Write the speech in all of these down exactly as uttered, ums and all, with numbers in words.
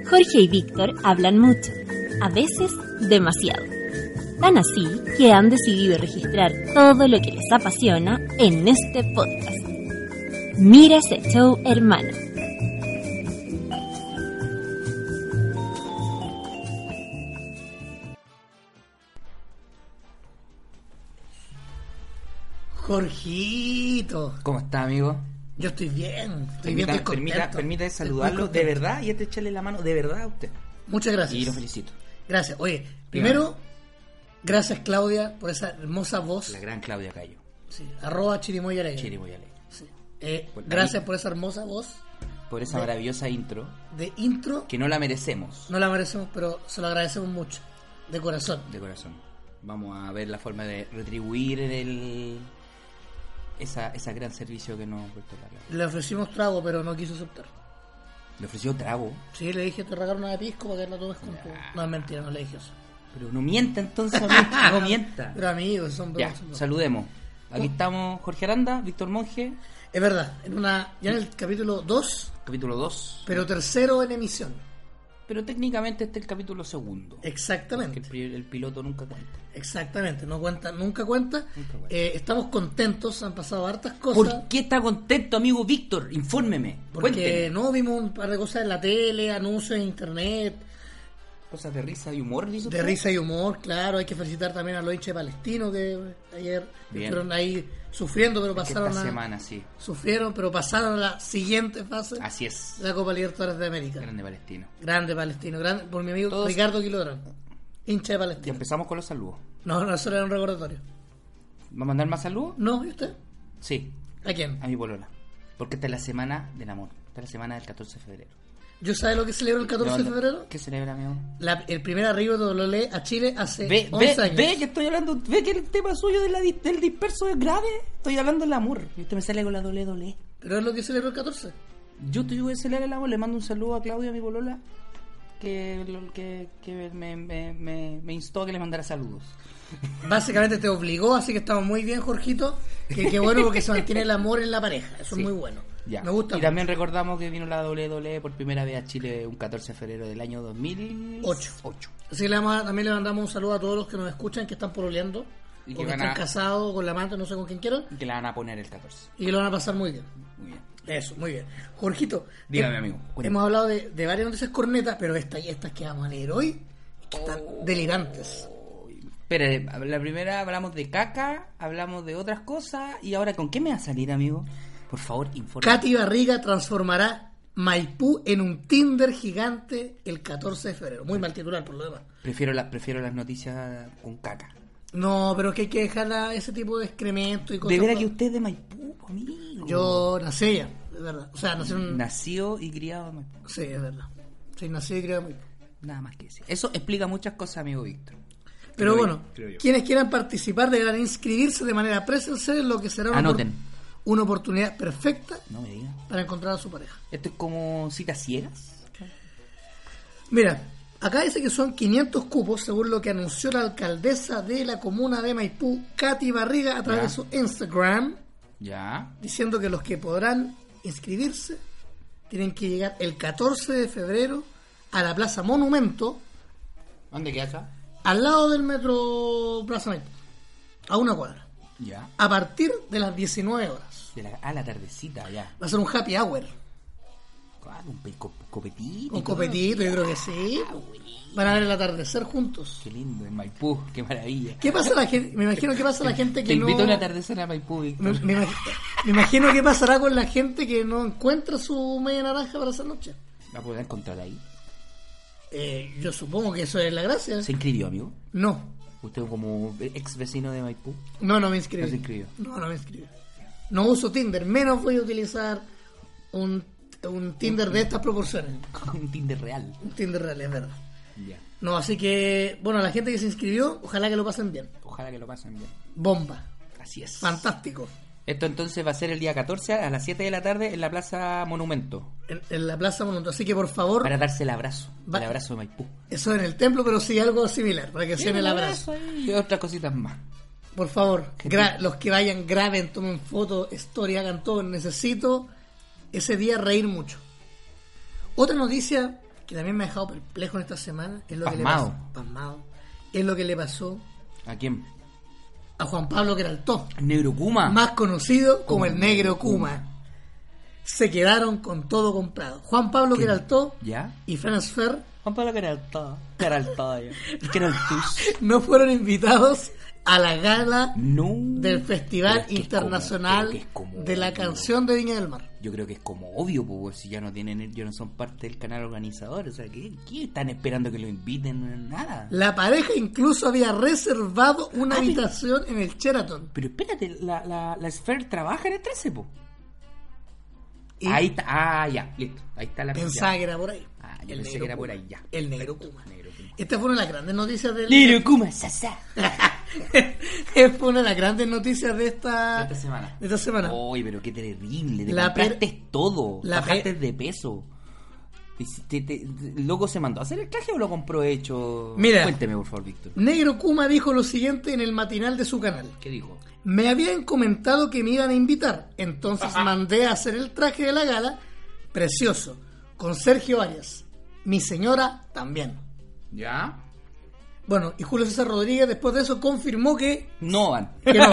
Jorge y Víctor hablan mucho, a veces demasiado. Tan así que han decidido registrar todo lo que les apasiona en este podcast. Mira ese show, hermano. Jorgito. ¿Cómo está, amigo? Yo estoy bien, estoy Permita, bien, estoy permita, contento. permita saludarlo de verdad y este echarle la mano de verdad a usted. Muchas gracias. Y lo felicito. Gracias. Oye, primero, gracias Claudia por esa hermosa voz. La gran Claudia Cayo. Sí, arroba Chirimoy Alegre. Chirimoy Alegre. Sí. Eh, Por gracias ahí. por esa hermosa voz Por esa De- maravillosa intro de intro. que no la merecemos No la merecemos, pero se lo agradecemos mucho, de corazón. de corazón. Vamos a ver la forma de retribuir el esa esa gran servicio que nos prestó la Claudia. Le ofrecimos trago, pero no quiso aceptar. Le ofreció trago, Sí, le dije, te regalo una de pisco para que la tomes con tu... No, es mentira, no le dije eso. pero no mienta entonces, amigo, no mienta. Pero amigos, son Ya, bromas, son bromas. saludemos. Aquí estamos Jorge Aranda, Víctor Monge, Es verdad, en una, ya en el capítulo dos, capítulo dos. pero tercero en emisión. Pero técnicamente este es el capítulo segundo. Que Exactamente. el, pri- el piloto nunca cuenta. Exactamente, no cuenta, nunca cuenta. Nunca cuenta. Eh, estamos contentos, han pasado hartas cosas. ¿Por qué está contento, amigo Víctor? Infórmeme. Porque Cuénteme. no vimos un par de cosas en la tele, anuncios en internet, Cosas de risa y humor, dice de usted? risa y humor, claro. Hay que felicitar también a los hinchas palestinos que ayer Bien. estuvieron ahí sufriendo, pero Es que pasaron esta a, semana, sí. sufrieron, pero pasaron a la siguiente fase Así es. de la Copa Libertadores de América. Grande Palestino. Grande palestino, grande por mi amigo Todos- Ricardo Quilodrón, hincha de Ya Palestina. empezamos con los saludos. No, no, eso era un recordatorio. ¿Va a mandar más saludos? ¿No? ¿Y usted? Sí, ¿A quién? a mi polola. Porque esta es la semana del amor. Esta es la semana del catorce de febrero. ¿Yo sabe lo que celebro el catorce de No, no. febrero? ¿Qué celebra, amigo? La- el primer arribo de W W E a Chile hace Ve, once ve, años. ve que estoy hablando, ve que el tema suyo de la, dis- del disperso es grave. Estoy hablando del amor. Y usted me sale con la doble doble. Pero es lo que celebro el catorce. Yo te voy a celebrar el amor, le mando un saludo a Claudia, mi polola, que, lo- que, que me, me, me, me instó a que le mandara saludos. Básicamente te obligó, así que estamos muy bien, Jorgito. Que qué bueno porque se mantiene el amor en la pareja. Eso Sí. es muy bueno. Ya. Me gusta Y mucho. también recordamos que vino la doble doble por primera vez a Chile un catorce de febrero del año dos mil Ocho. ocho. Así que le vamos a- también le mandamos un saludo a todos los que nos escuchan, que están pololeando, Y o que que van están a- casados, con la amante, no sé con quién quieran, Y que la van a poner el catorce. y que lo van a pasar muy bien. Muy bien. Eso, muy bien. Jorgito, Dígame, eh, amigo. Cuéntame. hemos hablado de, de varias noticias cornetas, pero estas y estas que vamos a leer hoy, que están delirantes. Espere, la primera hablamos de caca, hablamos de otras cosas, y ahora ¿con qué me va a salir, amigo? Por favor, informe. Katy Barriga transformará Maipú en un Tinder gigante el catorce de febrero. Muy mal titular por lo demás. Prefiero, la, prefiero las noticias con caca. No, pero que hay que dejar ese tipo de excremento y cosas. De veras no. que usted es de Maipú, amigo. Yo nací ya, es verdad. O sea, nací en... Nacido y criado en Maipú. Sí, es verdad. Sí, nací y criado en Maipú. Nada más que decir. Eso explica muchas cosas, amigo Víctor. Pero Creo bueno, yo, creo yo. quienes quieran participar deberán inscribirse de manera presencial en lo que será una, Anoten. opor- una oportunidad perfecta No me diga. para encontrar a su pareja. ¿Esto es como citas ciegas? Mira, acá dice que son quinientos cupos, según lo que anunció la alcaldesa de la comuna de Maipú, Katy Barriga, a través Ya. de su Instagram, Ya. diciendo que los que podrán inscribirse tienen que llegar el catorce de febrero a la Plaza Monumento, ¿Dónde queda esa? al lado del metro Plaza Maipú, a una cuadra, Ya. a partir de las diecinueve horas. De la, a la tardecita, ya. Va a ser un happy hour, Ah, un pe- co- copetito. un copetito, yo creo que sí. Van a ver el atardecer juntos. Qué lindo, en Maipú, qué maravilla. ¿Qué pasa a la gente? Me imagino que pasa a la gente que Te no... invito a un atardecer a Maipú, Víctor. Me, me imag- me imagino qué pasará con la gente que no encuentra su media naranja para esa noche. ¿Va a poder encontrar ahí? Eh, yo supongo que eso es la gracia. ¿Se inscribió, amigo? No, ¿Usted como ex vecino de Maipú? no, no me inscribí. No se inscribió. No, no me inscribí. No uso Tinder, menos voy a utilizar un, un Tinder de estas proporciones. Un Tinder real. Un Tinder real, es verdad. Ya. No, así que, bueno, la gente que se inscribió, ojalá que lo pasen bien. Ojalá que lo pasen bien. Bomba. Así es. Fantástico. Esto entonces va a ser el día catorce a las siete de la tarde en la Plaza Monumento. En, en la Plaza Monumento. Así que, por favor, Para darse el abrazo. Va- El abrazo de Maipú. eso en el templo, pero sí algo similar, para que sea en el abrazo. Y otras cositas más. Por favor, Gente- gra- los que vayan, graben, tomen fotos, story, hagan todo. Necesito ese día reír mucho. Otra noticia que también me ha dejado perplejo en esta semana es lo Pasmado. que le pasó. Pasmado. Es lo que le pasó ¿A quién? a Juan Pablo Queraltó, Negro Kuma. más conocido como Como el Negro Kuma. Se quedaron con todo comprado. Juan Pablo ¿Qué? Queraltó ¿Ya? y Franz Fer Juan Pablo Queraltó. Queraltó. Queraltus. no fueron invitados a la gala No. del Festival Pero es que es Internacional como- pero que es como de la obvio. canción de Viña del Mar. Yo creo que es como obvio, pues, si ya no tienen, ellos no son parte del canal organizador. O sea, ¿qué, qué están esperando que lo inviten? Nada. La pareja incluso había reservado una Ah, pero- habitación en el Sheraton. Pero espérate, la, la, la Sphere trabaja en el trece, po. Y Ahí está, ah, ya, listo. Ahí está la pensaba ya. que era por ahí. Ah, yo El pensé Negro que era por Kuma. ahí, ya. El Negro Perfecto, Kuma. Negro Kuma. Esta fue una de las grandes noticias del... Negro Kuma, sasa. fue una de las grandes noticias de esta, De esta semana. de esta semana. Uy, pero qué terrible. Te La compraste per- todo. la Bajaste per- de peso. Y si te- te- ¿El loco se mandó a hacer el traje o lo compró hecho? Mira. Cuénteme, por favor, Víctor. Negro Kuma dijo lo siguiente en el matinal de su canal. ¿Qué dijo? Me habían comentado que me iban a invitar, entonces mandé a hacer el traje de la gala, precioso, con Sergio Arias. Mi señora también. ¿Ya? Bueno, y Julio César Rodríguez después de eso confirmó que, No van. que no.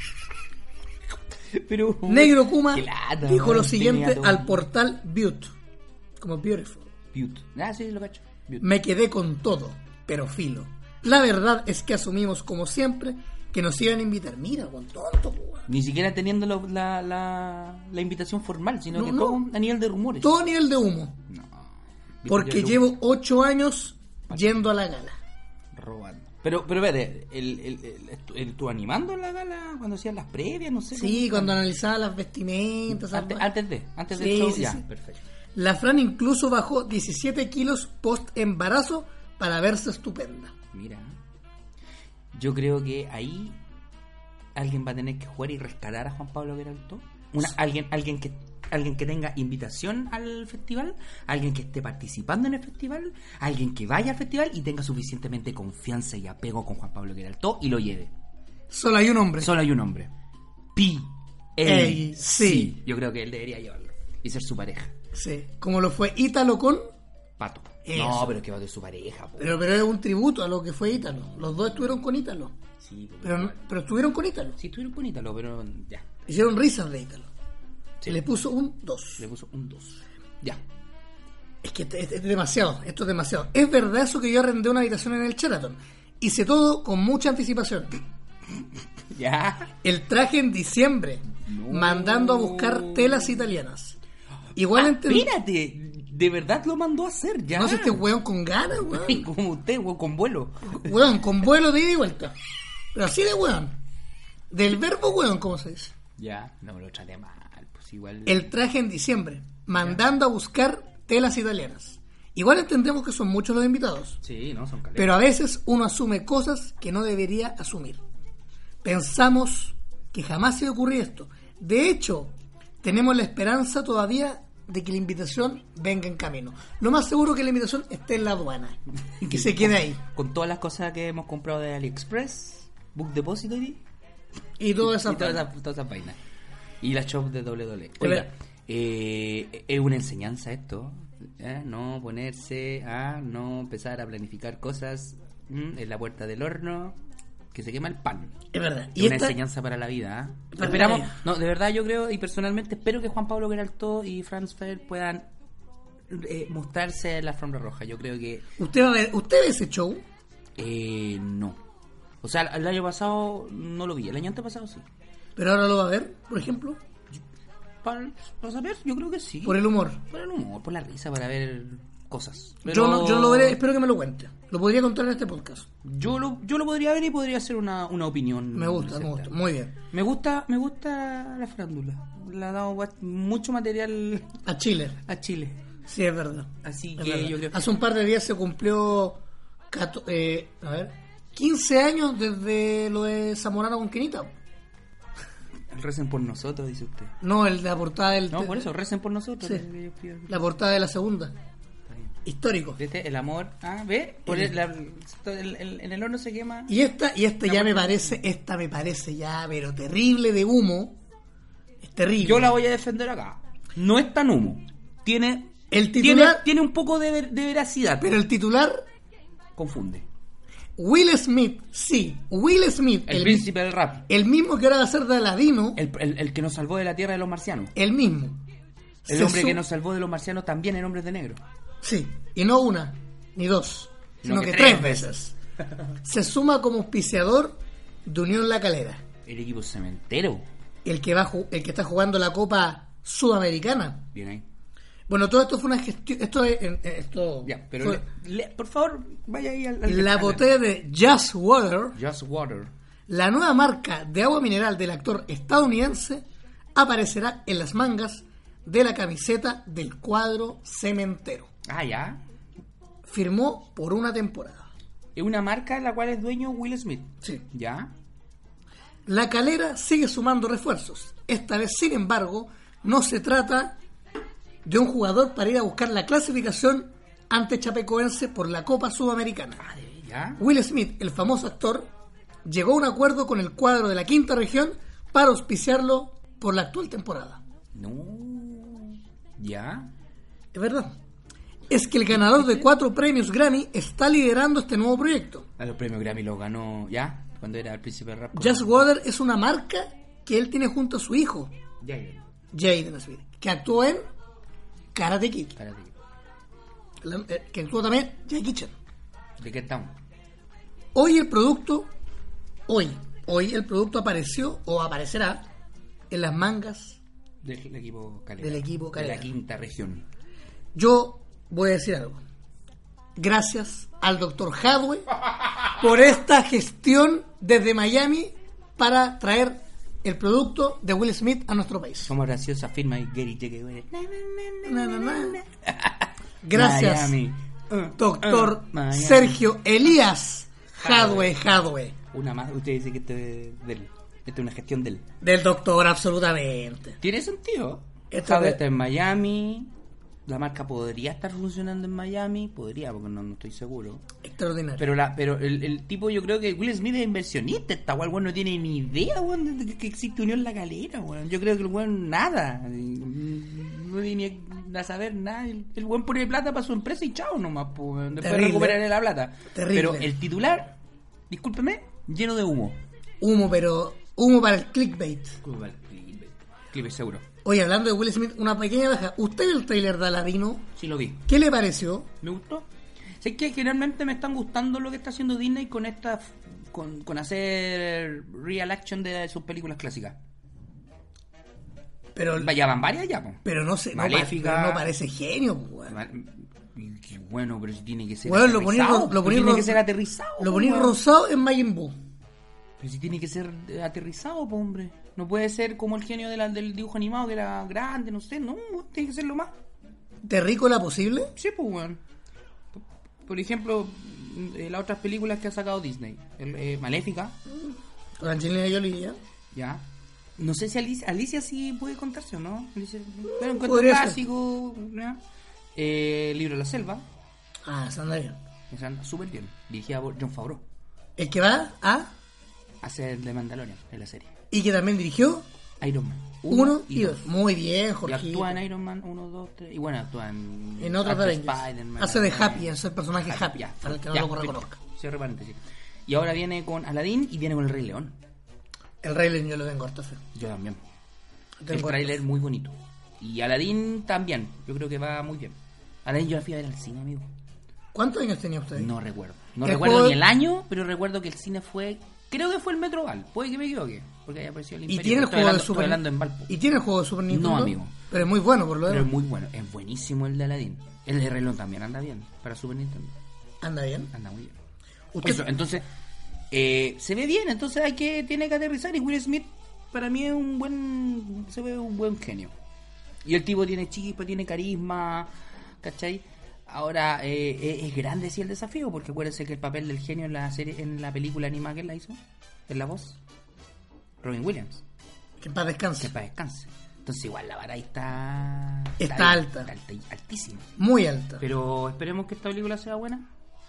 Pero, Negro Kuma qué lata, dijo weón, lo siguiente tenía todo. al portal Beaut, como Beautiful. Beaut. Ah, sí, lo cacho. Beaut. Me quedé con todo, pero filo. La verdad es que asumimos como siempre que nos iban a invitar. Mira, con tonto, po, weón. Ni siquiera teniendo lo- la, la, la invitación formal, sino No, que no. todo a nivel de rumores. Todo nivel de humo. No. Porque Viste que llevo ocho años yendo a la gala. robando. Pero, pero espérate, el, el, el, estu- el- ¿tú animando en la gala cuando hacían las previas? No sé. Sí, cómo- cuando analizaba las vestimentas. Antes, esas- antes de, antes Sí, del show, sí, ya, sí. perfecto. La Fran incluso bajó diecisiete kilos post embarazo para verse estupenda. Mira, yo creo que ahí alguien va a tener que jugar y rescatar a Juan Pablo Queraltó. Una, alguien, alguien que alguien que tenga invitación al festival, alguien que esté participando en el festival, alguien que vaya al festival y tenga suficientemente confianza y apego con Juan Pablo Queraltó y lo lleve. Solo hay un hombre. Solo hay un hombre. P. Ey, A. sí. C. Yo creo que él debería llevarlo y ser su pareja. Sí, como lo fue Ítalo con... Pato. Eso. No, pero es que va de su pareja. Po. Pero, pero es un tributo a lo que fue Ítalo. Los dos estuvieron con Ítalo. Sí, po. Pero, no- pero estuvieron con Ítalo. Sí, estuvieron bonita, pero ya. Hicieron risas de Ítalo. Sí. Se le puso un dos. Le puso un dos. Ya. Es que es, es demasiado, esto es demasiado. Es verdad eso que yo arrendé una habitación en el Sheraton. Hice todo con mucha anticipación. Ya. El traje en diciembre, No. mandando a buscar telas italianas. Igual Ah, entendí. espérate, de verdad lo mandó a hacer ya. No sé, este weón con ganas, weón. Como usted, weón, con vuelo. Weón, con vuelo de ida y vuelta. Pero así de weón. Del verbo weón, ¿cómo se dice? Ya, no me lo trate mal, pues igual. El traje en diciembre, mandando a buscar telas italianas. Igual entendemos que son muchos los invitados. Sí, no, son caletas. Pero a veces uno asume cosas que no debería asumir. Pensamos que jamás se ocurrió esto. De hecho, tenemos la esperanza todavía de que la invitación venga en camino. Lo más seguro que la invitación esté en la aduana y que se quede ahí. Con todas las cosas que hemos comprado de AliExpress, Book Depository Y todo y esa todas esas todas esas vainas. Y la shop de doble u doble u e. Pero- Oiga, eh, es una enseñanza esto. ¿eh? No ponerse a no empezar a planificar cosas mm, en la puerta del horno que se quema el pan. Es verdad. Es Y una esta, enseñanza para la vida. ¿eh? Para Esperamos, la vida. no, de verdad yo creo y personalmente espero que Juan Pablo Queraltó y Franz Fer puedan eh, mostrarse en la alfombra roja. Yo creo que ¿usted, va a ver, ¿Usted ve ese show? eh, no. O sea, el año pasado no lo vi, el año antepasado sí. Pero ahora lo va a ver, por ejemplo, Para, para saber, yo creo que sí. por el humor. Por el humor, por la risa, para ver cosas. Pero Yo, no, yo no lo veré, espero que me lo cuente. Lo podría contar en este podcast. Yo lo, yo lo podría ver y podría hacer una, una opinión. Me gusta, me acertada. gusta. Muy bien. Me gusta, me gusta la farándula. Le ha dado gua- mucho material A Chile. a Chile. Sí, es verdad. Así Es que verdad. yo creo Hace un par de días se cumplió cato- eh, a ver, quince años desde lo de Zamorano con Quinita. recen por nosotros, dice usted. No, el de la portada del... No, por eso, recen por nosotros. Sí. que yo pido. La portada de la segunda. Está bien. Histórico. ¿Viste? El amor. Ah, ¿ve? Por el, la- el- el- en el horno se quema. Y esta, y esta La ya me portada. parece, esta me parece ya, pero terrible de humo. Es terrible. Yo la voy a defender acá. No es tan humo. Tiene El tiene, titular, tiene un poco de, ver- de veracidad, pero el titular, confunde. Will Smith, sí, Will Smith, El, el, príncipe del rap, el mismo que ahora va a ser de Aladino, el, el, el, el que nos salvó de la tierra de los marcianos. mismo. El Se hombre su- que nos salvó de los marcianos también en Hombres de Negro. Sí, y no una, ni dos, sino No, que, que tres tres veces. Se suma como auspiciador de Unión La Calera, El equipo cementero. el que, va, a ju- el que está jugando la Copa Sudamericana. Bien ahí. Bueno, todo esto fue una gestión, esto es, eh, esto Ya, pero fue le- le- por favor, vaya ahí al... al la al- botella de Just Water, Just Water. la nueva marca de agua mineral del actor estadounidense, aparecerá en las mangas de la camiseta del cuadro cementero. Ah, ya. Firmó por una temporada. Es una marca en la cual es dueño Will Smith. Sí. Ya. La Calera sigue sumando refuerzos. Esta vez, sin embargo, no se trata de un jugador para ir a buscar la clasificación ante Chapecoense por la Copa Sudamericana. Ah, de- ya. Will Smith, el famoso actor, llegó a un acuerdo con el cuadro de la quinta región para auspiciarlo por la actual temporada. No. Ya. Es verdad. Es que el ganador de cuatro premios Grammy está liderando este nuevo proyecto. A los premios Grammy los ganó ya, cuando era el príncipe del rap. Just Water es una marca que él tiene junto a su hijo, Ya, ya. Jaden Smith, que actuó en Karate Kid, Espérate. la- eh, que actuó también Jackie Chan. ¿De qué estamos? Hoy el producto, hoy, hoy el producto apareció o aparecerá en las mangas. Del equipo Calera. Del equipo De Calera. la quinta región. Yo voy a decir algo. Gracias al doctor Hadwe por esta gestión desde Miami para traer el producto de Will Smith a nuestro país. Somos graciosa, firma y Gary J. Na, na, na. Gracias, Miami. Uh, doctor uh, Miami. Sergio Elías Hadwe Hadwe. Una más, usted dice que esto es de él. Esto es una gestión de él. Del doctor, absolutamente. Tiene sentido. Esto Hadwe de- está en Miami. La marca podría estar funcionando en Miami. Podría, porque no, no estoy seguro. Extraordinario. Pero la pero el, el tipo, yo creo que Will Smith es inversionista. Esta weón weón, no tiene ni idea, weón, de que existe Unión La Calera, weón. Yo creo que el weón nada. No tiene ni a saber nada. El, el weón pone plata para su empresa y chao nomás, pues, weón. Después Terrible. recuperaré la plata. Terrible. Pero el titular, discúlpeme, lleno de humo. Humo, pero humo para el clickbait. Clip seguro. Oye, hablando de Will Smith, una pequeña baja. ¿Usted vio el trailer de Aladino? Sí lo vi. ¿Qué le pareció? Me gustó. Sé que generalmente me están gustando lo que está haciendo Disney con esta con, con hacer real action de sus películas clásicas. Pero, Ya van varias ya, po. pero no sé, no, Maléfica. pa- pero no parece genio, pues, weón. Y qué bueno, pero si tiene que ser Weón, lo poní aterrizado. ro- lo pues poní tiene ro- que ser aterrizado. Lo po, poní weón. rosado en Majin Buu. Pero si tiene que ser eh, aterrizado, po, hombre. No puede ser como el genio de la- del dibujo animado que era grande, no sé, no, tiene que ser lo más. ¿Terrícola posible? Sí, pues, weón. Por- Por ejemplo, eh, las otras películas que ha sacado Disney. El, eh, Maléfica, Con Angelina Jolie, ¿ya? ya. No sé si Alicia, Alicia sí puede contarse o no. Alicia, pero encuentro Podría ser. clásico. ¿ya? Eh, Libro de la Selva. Ah, esa anda bien. Esa anda súper bien. Dirigida por Jon Favreau. El que va a... Hace el de Mandalorian en la serie. Y que también dirigió Iron Man. uno y dos. Muy bien, Y Jorge. actúa en Iron Man uno, dos, tres. Y bueno, actúa en. En otros After Avengers. Spider-Man, Hace de Iron Man. Happy, es el personaje Happy, ya, para el que no ya, lo perfecto. reconozca. Cierre paréntesis. Y ahora viene con Aladdin y viene con el Rey León. El Rey León yo lo tengo harta fe. Yo también. Tengo El harta tráiler fe. muy bonito. Y Aladdin también. Yo creo que va muy bien. Aladdin yo la fui a ver al cine, amigo. ¿Cuántos años tenía usted? No recuerdo. No El recuerdo juego- ni el año, pero recuerdo que el cine fue. Creo que fue el Metroval. Puede que me equivoque. Porque haya aparecido el ¿Y Imperio. tiene el Estoy juego hablando, de Super Estoy hablando en Valpo. ¿Y tiene el juego de Super Nintendo? No, amigo. Pero es muy bueno, por lo Pero es demás. muy bueno. Es buenísimo el de Aladdin. El de Rey León también anda bien. Para Super Nintendo. Anda bien. Anda muy bien. Usted- Eso, entonces, eh, se ve bien, entonces hay que, tiene que aterrizar y Will Smith para mí es un buen, se ve un buen genio. Y el tipo tiene chispa, tiene carisma, ¿cachai? Ahora, eh, es, es grande sí el desafío, porque acuérdense que el papel del genio en la serie, en la película animada que él la hizo, en la voz, Robin Williams, Que en paz descanse. que para descanse. Entonces igual la vara ahí está... Está alta. Está alta y altísima. Muy alta. Pero esperemos que esta película sea buena.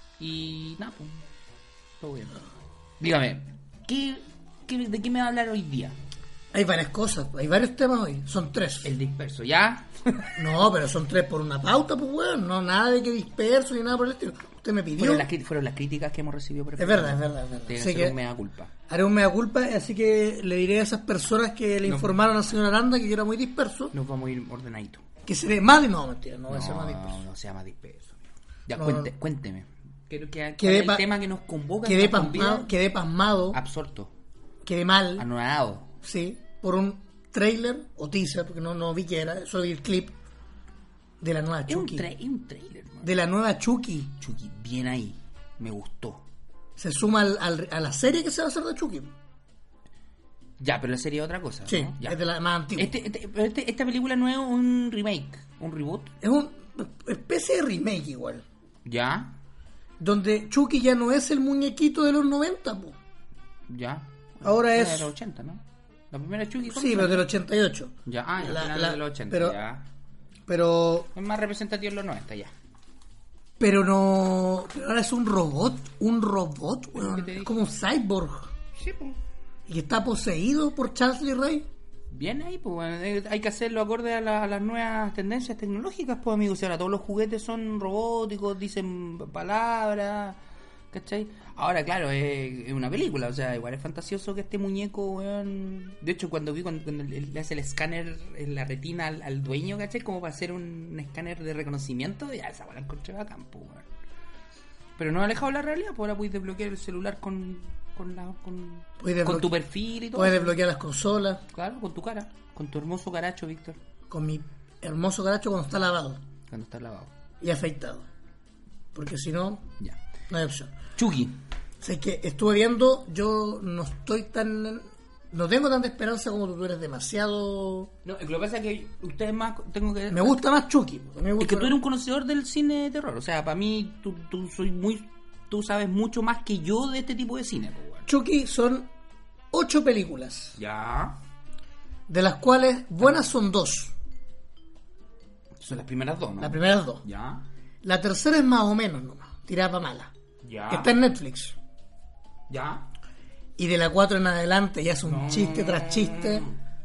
Y nada, pues. Todo bien. Dígame, ¿qué, qué, ¿de qué me va a hablar hoy día? Hay varias cosas, hay varios temas hoy. Son tres. El disperso, ¿ya? No, pero son tres por una pauta, pues weón. No, nada de que disperso ni nada por el estilo. Usted me pidió. Fueron las, cri- fueron las críticas que hemos recibido. Por Es verdad, es verdad, es verdad. Tiene Así que ser que un mea culpa. haré un mea culpa, así que le diré a esas personas que le No. informaron al señor Aranda que yo era muy disperso, Nos vamos a ir ordenaditos. que seré más... No, mentira, no voy a ser más No, disperso. no sea más disperso. Ya, No. cuente, cuénteme. Creo que ¿cuál Quedé es el pa- tema que nos convoca. Quedé nos convida? pasmado, quedé pasmado, Absorto. quedé mal, Anonadado. sí, por un trailer o teaser, porque no, no vi que era, solo vi el clip de la nueva Es un, Chucky. tra- es un trailer, man. De la nueva Chucky. Chucky, bien ahí. Me gustó. Se suma al, al- a la serie que se va a hacer de Chucky. Ya, pero la serie es otra cosa. Sí, ¿no? Ya. es de la más antigua. Este, este- pero este- esta película no es un remake, un reboot. Es una especie de remake igual. Ya, Donde Chucky ya no es el muñequito de los noventa, po. ya. Ahora Era es- de los ochenta, ¿no? La primera Chucky. ¿cuándo Sí, pero salió? del ochenta y ocho. Ya, ah, ya, La- final la- de los ochenta, pero- ya. Pero Es más representativo en los noventa, ya. pero no... Pero ahora es un robot. Un robot, weón. ¿Qué te Es dije? como un cyborg. Sí, pues. Y que está poseído por Charles Lee Ray. Bien ahí, pues bueno, eh, hay que hacerlo acorde a, la- a las nuevas tendencias tecnológicas, pues amigos. Si ahora todos los juguetes son robóticos, dicen palabras, ¿cachai? Ahora, claro, es, es una película, o sea, igual es fantasioso que este muñeco, weón... De hecho, cuando vi cuando, cuando le le hace el escáner en la retina al, al dueño, ¿cachai? Como para hacer un, un escáner de reconocimiento, ya esa weá la encontré bacán, pues, weón. Pero no ha alejado la realidad, pues ahora puedes desbloquear el celular con, con, la, con, Puedes con desbloque- tu perfil y todo. Puedes desbloquear las consolas Claro, con tu cara, con tu hermoso caracho, Víctor, con mi hermoso garacho cuando está lavado cuando está lavado. y afeitado. Porque si no, Ya. no hay opción. Chucky. O sea, es que estuve viendo, yo no estoy tan... No tengo tanta esperanza como tú, tú eres demasiado... No, lo que pasa es que ustedes más tengo que... Me gusta más Chucky. a mí me gusta Es que tú más- eres un conocedor del cine de terror. O sea, para mí, tú, tú soy muy... Tú sabes mucho más que yo de este tipo de cine, pues, weón. Chucky son ocho películas, Ya. de las cuales buenas son dos. Son las primeras dos, ¿no? Las primeras dos. Ya. La tercera es más o menos nomás, tirada para mala. Ya. Está en Netflix. Ya. Y de la cuatro en adelante ya es un No. chiste tras chiste.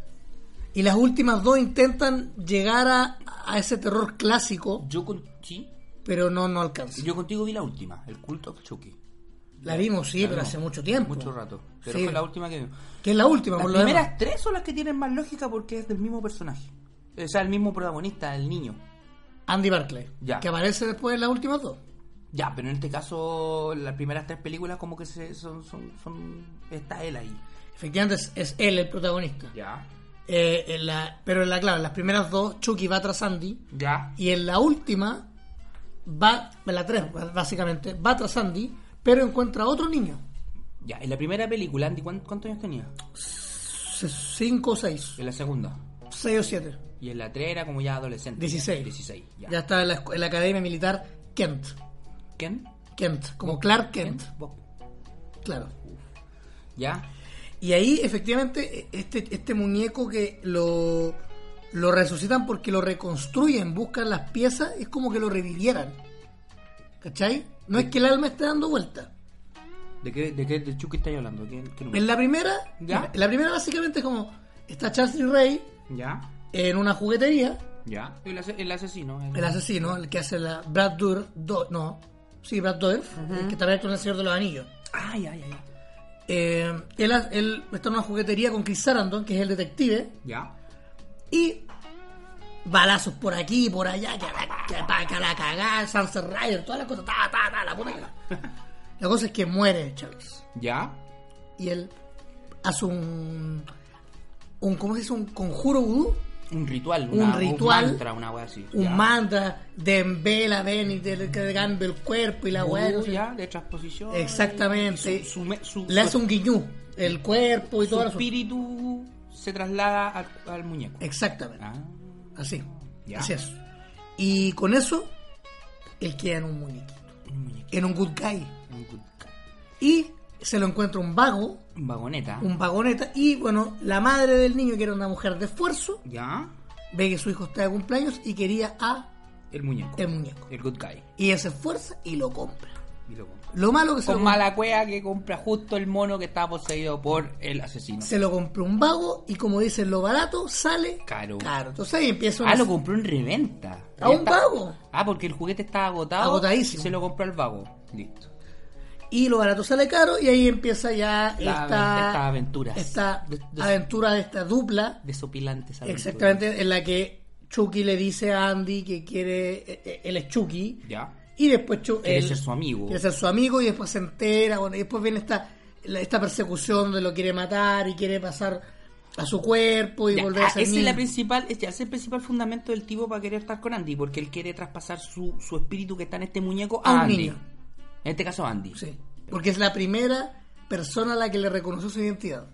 Y las últimas dos intentan llegar a, a ese terror clásico, Yo con... ¿Sí? pero no, no alcanza. Yo contigo vi la última, el culto of Chucky. La vimos, sí, La pero vimos. hace mucho tiempo. Mucho rato. Pero Sí. fue la última que vi. Que es la última, Las por lo demás. primeras tres son las que tienen más lógica porque es del mismo personaje. O sea, el mismo protagonista, el niño. Andy Barclay, Ya. que aparece después en las últimas dos. Ya, pero en este caso, las primeras tres películas como que se, son, son, son... Está él ahí. Efectivamente es, es él el protagonista. Ya. Eh, en la, pero en la, claro, en las primeras dos, Chucky va tras Andy. Ya. Y en la última, va, en la tres básicamente, va tras Andy, pero encuentra a otro niño. Ya, en la primera película, Andy, ¿cuántos, cuántos años tenía? C- Cinco o seis. En la segunda. Seis o siete. Y en la tres era como ya adolescente. Dieciséis. Dieciséis, ya. Ya está en la, escu- en la academia militar Kent. ¿Quién? Kent, como Clark Kent. Bob. Claro. Ya. Y ahí, efectivamente, este, este muñeco que lo, lo resucitan porque lo reconstruyen, buscan las piezas, es como que lo revivieran. ¿Cachai? No es que el alma esté dando vuelta. ¿De qué, de qué de Chucky estáis hablando? ¿Qué, qué número? En la primera, ¿Ya? en la primera básicamente es como, está Charles Lee Ray Ya. en una juguetería, Ya. El, ase- el asesino. el asesino, el que hace la Brad Dourif, Do- no, sí, Brad Dourif, el que también con el Señor de los Anillos. Ay, ay, ay. Eh, él, él está en una juguetería con Chris Sarandon, que es el detective, Ya. y balazos por aquí y por allá, que la, que la, que la cagada, Sunset Rider, todas las cosas, ta, ta, ta, la puta cagada. La cosa es que muere Charles. Ya. Y él hace un, un ¿cómo se dice? Un conjuro vudú, Un ritual. Un Una, ritual, Un mantra, una wea así. un Ya. mantra de envela, ven y te, que te cambie el cuerpo y la weá. no Uh, sé. ya, de transposición. Exactamente. Su, su, me- su- Le su- hace un guiñú, el cuerpo y su todo eso. espíritu se traslada al, al muñeco. Exactamente. Ah, Así. Ya. Así es. Y con eso, él queda en un muñequito. un muñeco. En un good guy. Un good- Y se lo encuentra un vago, un vagoneta. un vagoneta. Y bueno, la madre del niño, que era una mujer de esfuerzo, Ya. ve que su hijo está de cumpleaños y quería a El muñeco. el muñeco. El good guy. Y ella se esfuerza y lo compra. Y lo compra. Lo malo que se Con lo, mala cueva que compra justo el mono que estaba poseído por el asesino. se lo compró un vago y como dicen, lo barato sale Caro. caro. Entonces ahí empieza una... Ah, lo compró en reventa. ¿A Ya un está- vago? Ah, porque el juguete estaba agotado. Agotadísimo. Se lo compró al vago. Listo. Y lo barato sale caro y ahí empieza ya La- esta, estas aventuras. esta De- de- aventura de esta dupla, Desopilantes aventuras. exactamente, en la que Chucky le dice a Andy que quiere, eh, eh, él es Chucky, Ya. y después Chu- Quiere él ser su amigo. quiere ser su amigo y después se entera, bueno, y después viene esta, la- esta persecución de lo quiere matar y quiere pasar a su cuerpo y Ya, volver a ah, ser ese es niño. la principal, ese es el principal fundamento del tipo para querer estar con Andy, porque él quiere traspasar su, su espíritu que está en este muñeco a, A un Andy. niño. En este caso Andy. Sí, porque es la primera persona a la que le reconoció su identidad.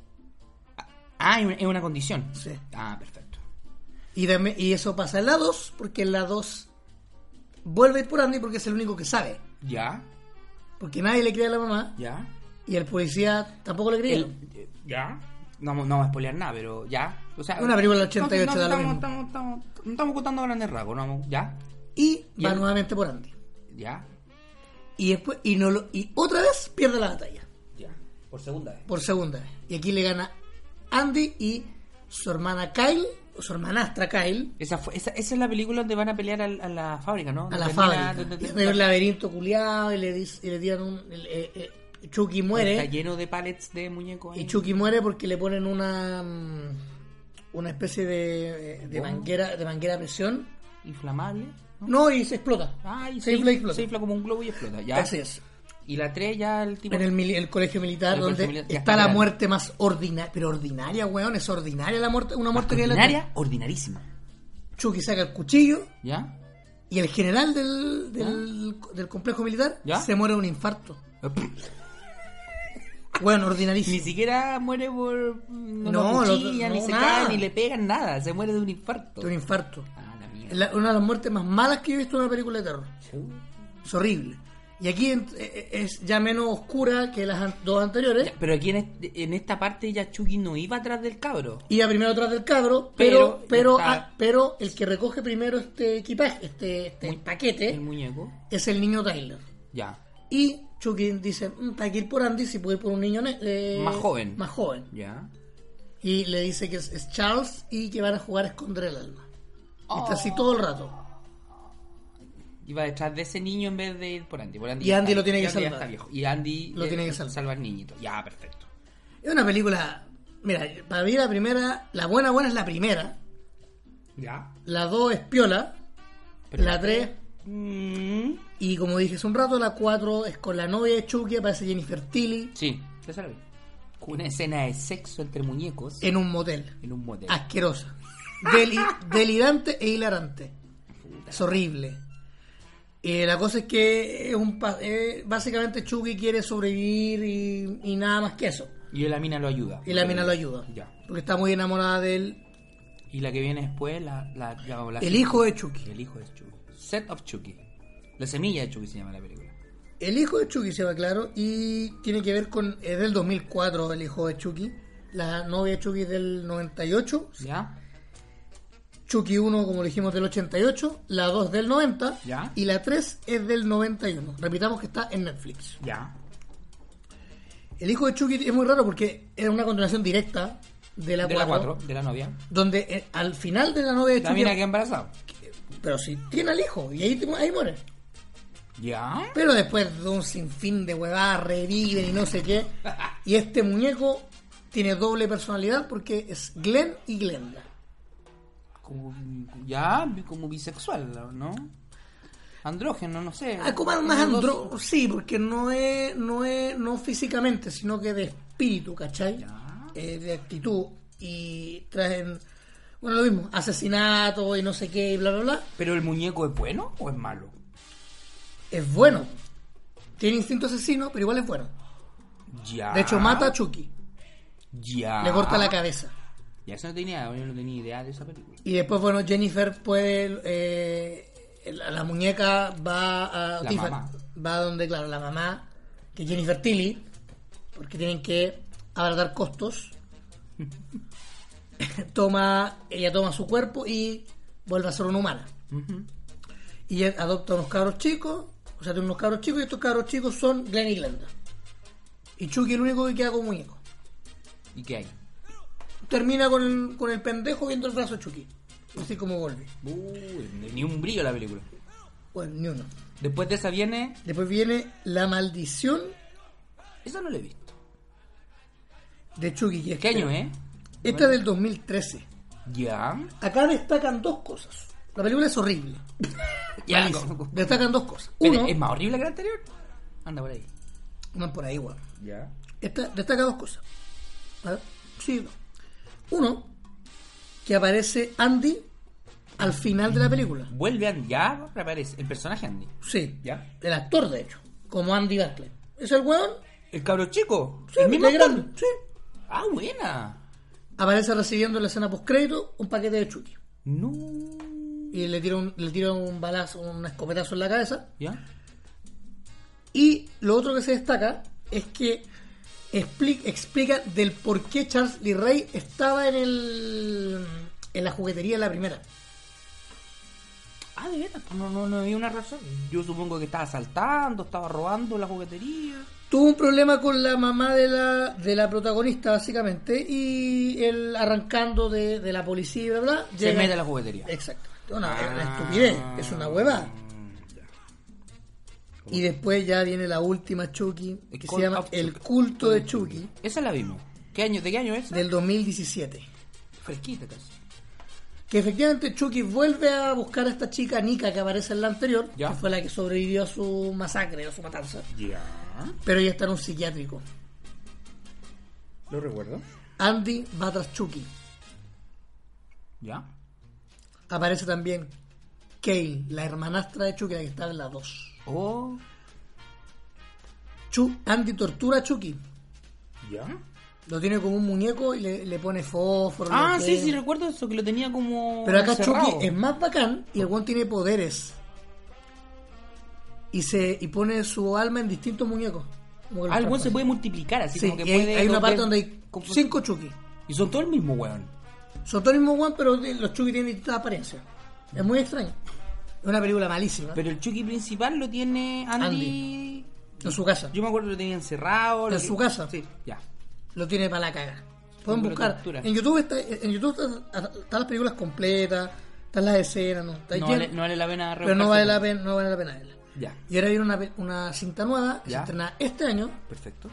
Ah, es una- es una condición. Sí. Ah, perfecto. Y, de- y eso pasa en la dos, porque en la dos vuelve a ir por Andy porque es el único que sabe. Ya, Porque nadie le cree a la mamá ya. y el policía tampoco le creía. El- eh, ya. No, vamos- no vamos a spoilear nada, pero ya. O sea, Una película del ochenta y ocho no, no, da lo estamos, mismo. estamos, estamos, no estamos contando a grandes rasgos, no, vamos- ya, Y ¿Y va el- nuevamente por Andy. ya, Y después y no lo, y otra vez pierde la batalla ya. Por segunda vez. por segunda vez. Y aquí le gana Andy y su hermana Kyle, o su hermanastra Kyle, Esa, fue, esa, esa es la película donde van a pelear al- a, la fábrica, ¿no? a la Donde fábrica. termina- donde- Y donde- en un laberinto culiado y le, dice- y le tiran un... el- eh, eh, Chucky Está muere. lleno de pallets de muñecos. Y ahí. Chucky muere porque le ponen una mm, una especie de, de ¿Bomba? manguera de manguera a presión. Inflamable. No, y se explota. Ay, se se, infla y infla, explota. se infla como un globo y explota. Ya. Así es. Y la tres ya el tipo. En el, mili- el colegio militar El donde colegio militar, ya está está la grande. muerte más ordinaria, pero ordinaria, weón, es ordinaria la muerte, una muerte que hay en la ordinaria, ordinarísima. Chucky saca el cuchillo ¿Ya? y el general del, del, del complejo militar ¿Ya? se muere de un infarto. Weón, ordinarísimo. Ni siquiera muere por. No, No, lo lo- cuchillan, no, ni se nada. cae, ni le pegan nada. Se muere de un infarto. De un infarto. Ah, la mierda. Es la- una de las muertes más malas que he visto en una película de terror. Chu. Es horrible. Y aquí en- eh, es ya menos oscura que las an- dos anteriores. Ya, pero aquí en, este- en esta parte ya Chucky no iba atrás del cabro. Iba primero atrás del cabro, pero Pero pero, está- ah, pero el que recoge primero este equipaje, este, este Muy- paquete, El muñeco. es el niño Tyler. Ya. Y Chucky dice, "Mm, hay que ir por Andy si puede ir por un niño ne- eh, Más joven. Más joven. Ya. Y le dice que es, es Charles y que van a jugar a esconder el alma. Y está así todo el rato. Iba detrás de ese niño en vez de ir por Andy. Por Andy Y ya Andy está- lo tiene que y Andy ya salvar. está viejo. Y Andy Lo eh, tiene que salvar. salvar niñitos. Ya, perfecto. Es una película, mira, para mí la primera, la buena buena es la primera, Ya. la dos es piola, Pero la tres... Mm. Y como dije hace un rato, la cuatro es con la novia de Chucky, aparece Jennifer Tilly Sí, esa la vi. Una escena de sexo entre muñecos en un motel. en un motel. Asquerosa. Deli- delirante e hilarante. Es horrible. Eh, la cosa es que es un pa- eh, básicamente Chucky quiere sobrevivir y, y nada más que eso. Y la mina lo ayuda. Y la mina lo ayuda. Ya. Porque está muy enamorada de él. Y la que viene después, la, la, la- la- El hijo de Chucky. El hijo de Chucky. Set of Chucky. La semilla de Chucky se llama la película. El hijo de Chucky se va claro y tiene que ver con... Es del dos mil cuatro el hijo de Chucky. La novia de Chucky es del noventa y ocho. ¿Ya? Chucky uno, como dijimos, del ochenta y ocho. La dos del noventa. Ya. Y la tres es del noventa y uno. Repitamos que está en Netflix. Ya. El hijo de Chucky es muy raro porque era una continuación directa de la De la cuatro. cuatro, de la novia. Donde eh, al final de la novia de La Chucky... mina queda embarazada. Pero si tiene al hijo y ahí, te- ahí muere. ¿Ya? Pero después de un sinfín de huevadas reviven y no sé qué. Y este muñeco tiene doble personalidad porque es Glenn y Glenda. Como, ya, como bisexual, ¿no? Andrógeno, no sé. Ah, como más Los andro... dos- Sí, porque no es, no es, no físicamente, sino que de espíritu, ¿cachai? Ya. Eh, de actitud. Y traen, bueno, lo mismo, asesinato y no sé qué, y bla, bla, bla. ¿Pero el muñeco es bueno o es malo? Es bueno. Tiene instinto asesino, pero igual es bueno. Ya. De hecho, mata a Chucky. Ya. Le corta la cabeza. Ya, eso no tenía, yo no tenía idea de esa película. Y después, bueno, Jennifer puede... eh, la, la muñeca va a... La Tiffany, mamá. va donde, claro, la mamá, que es Jennifer Tilly, porque tienen que abaratar costos. toma Ella toma su cuerpo y vuelve a ser una humana. Ujú. Y ella adopta unos cabros chicos, O sea, tiene unos cabros chicos y estos cabros chicos son Glenn y Glenda. Y Chucky es el único que queda como muñeco. ¿Y qué hay? Termina con el, con el pendejo viendo el brazo de Chucky. Así como vuelve. Uy, ni un brillo la película. Bueno, ni uno. Después de esa viene... Después viene La Maldición Esa no la he visto. de Chucky. Que es ¿Qué año, eh? Esta es del dos mil trece. Ya. Acá destacan dos cosas. La película es horrible. Ya. Malísimo. Destacan dos cosas. Pero, Uno, ¿es más horrible que la anterior? Anda por ahí. no por ahí, weón. Ya. Esta destaca dos cosas. A ver, sí, no. Uno, que aparece Andy al final de la película. Vuelve Andy. Ya reaparece. El personaje Andy. Sí, Ya. el actor, de hecho, como Andy Garclay. ¿Es el weón? ¿El cabro chico? Sí, ¿El mismo de grande. actor? Sí. Ah, buena. Aparece recibiendo en la escena postcrédito un paquete de Chucky. No. Y le tira un, le tira un balazo, un escopetazo en la cabeza. ¿Ya? Y lo otro que se destaca es que explica, explica del por qué Charles Lee Ray estaba en el en la juguetería en la primera. Ah, de veras, pues no, no, no había una razón. Yo supongo que estaba asaltando, estaba robando la juguetería. Tuvo un problema con la mamá de la de la protagonista, básicamente, y él arrancando de, de la policía y bla, bla, Se llega- mete a la juguetería. Exacto. Una, Ah. una estupidez, es una hueva. Y después ya viene la última Chucky, El que se Cult llama of El Chucky. culto de Chucky, Esa la vimos. ¿Qué año, ¿De qué año es? esa? del dos mil diecisiete. Fresquita casi. Que efectivamente Chucky vuelve a buscar a esta chica Nika que aparece en la anterior, Ya. que fue la que sobrevivió a su masacre, a su matanza. Ya. Pero ella está en un psiquiátrico. Lo recuerdo. Andy va tras Chucky. Ya. Aparece también Kale, la hermanastra de Chucky, la que estaba en la dos. Oh. Chu- Andy tortura a Chucky. Ya. Lo tiene como un muñeco y le, le pone fósforo. Ah, lo sí, quema. sí, recuerdo eso, que lo tenía como. Pero acá encerrado. Chucky es más bacán y el weón tiene poderes. Y se y pone su alma en distintos muñecos. Como que los Ah, el weón se traspasa. puede multiplicar, así Sí, como que y hay, puede. hay una lo- parte ver- donde hay como- cinco Chucky. Y son todos el mismo weón. Son todos el mismo weón, pero los Chucky tienen distintas apariencias. Es muy extraño. Es una película malísima. Pero el Chucky principal lo tiene Andy. Andy. En su casa. Yo me acuerdo que lo tenía encerrado. En lo- su casa. Sí, ya. Lo tiene para la caga. Pueden Pero buscar. tortura. En YouTube está, en YouTube están, están las películas completas, están las escenas, ¿no? Está No lleno- vale, no vale la pena pero no vale la revolcarse. pena, no vale la pena verla. Ya, Y ahora viene una, pe- una cinta nueva que se Ya. estrena este año. perfecto.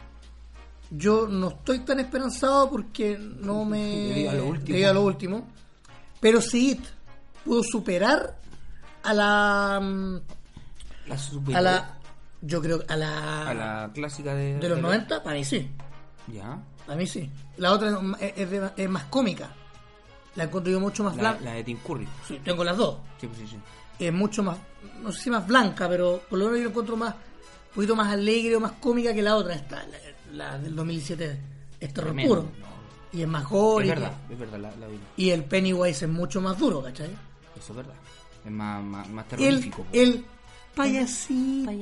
Yo no estoy tan esperanzado porque no me. Debido a lo último. debido a lo último. Pero si It pudo superar a la. mm, La super- a la. Yo creo a la. a la clásica de. de los de- noventa, para mí sí. Ya. A mí sí. La otra es, es de- es más cómica. La encuentro yo mucho más La, blanca. la de Tim Curry. Sí, tengo las dos. Sí, sí, sí. Es mucho más. No sé si más blanca, pero por lo menos yo la encuentro más. Un poquito más alegre o más cómica que la otra. Esta, la, la del dos mil diecisiete es terror Tremendo. puro. Y es más gore. Es y- verdad, es verdad, la, la vi. Y el Pennywise es mucho más duro, ¿cachai? Eso es verdad. Es más, más, más El, terrorífico. po. el payasito.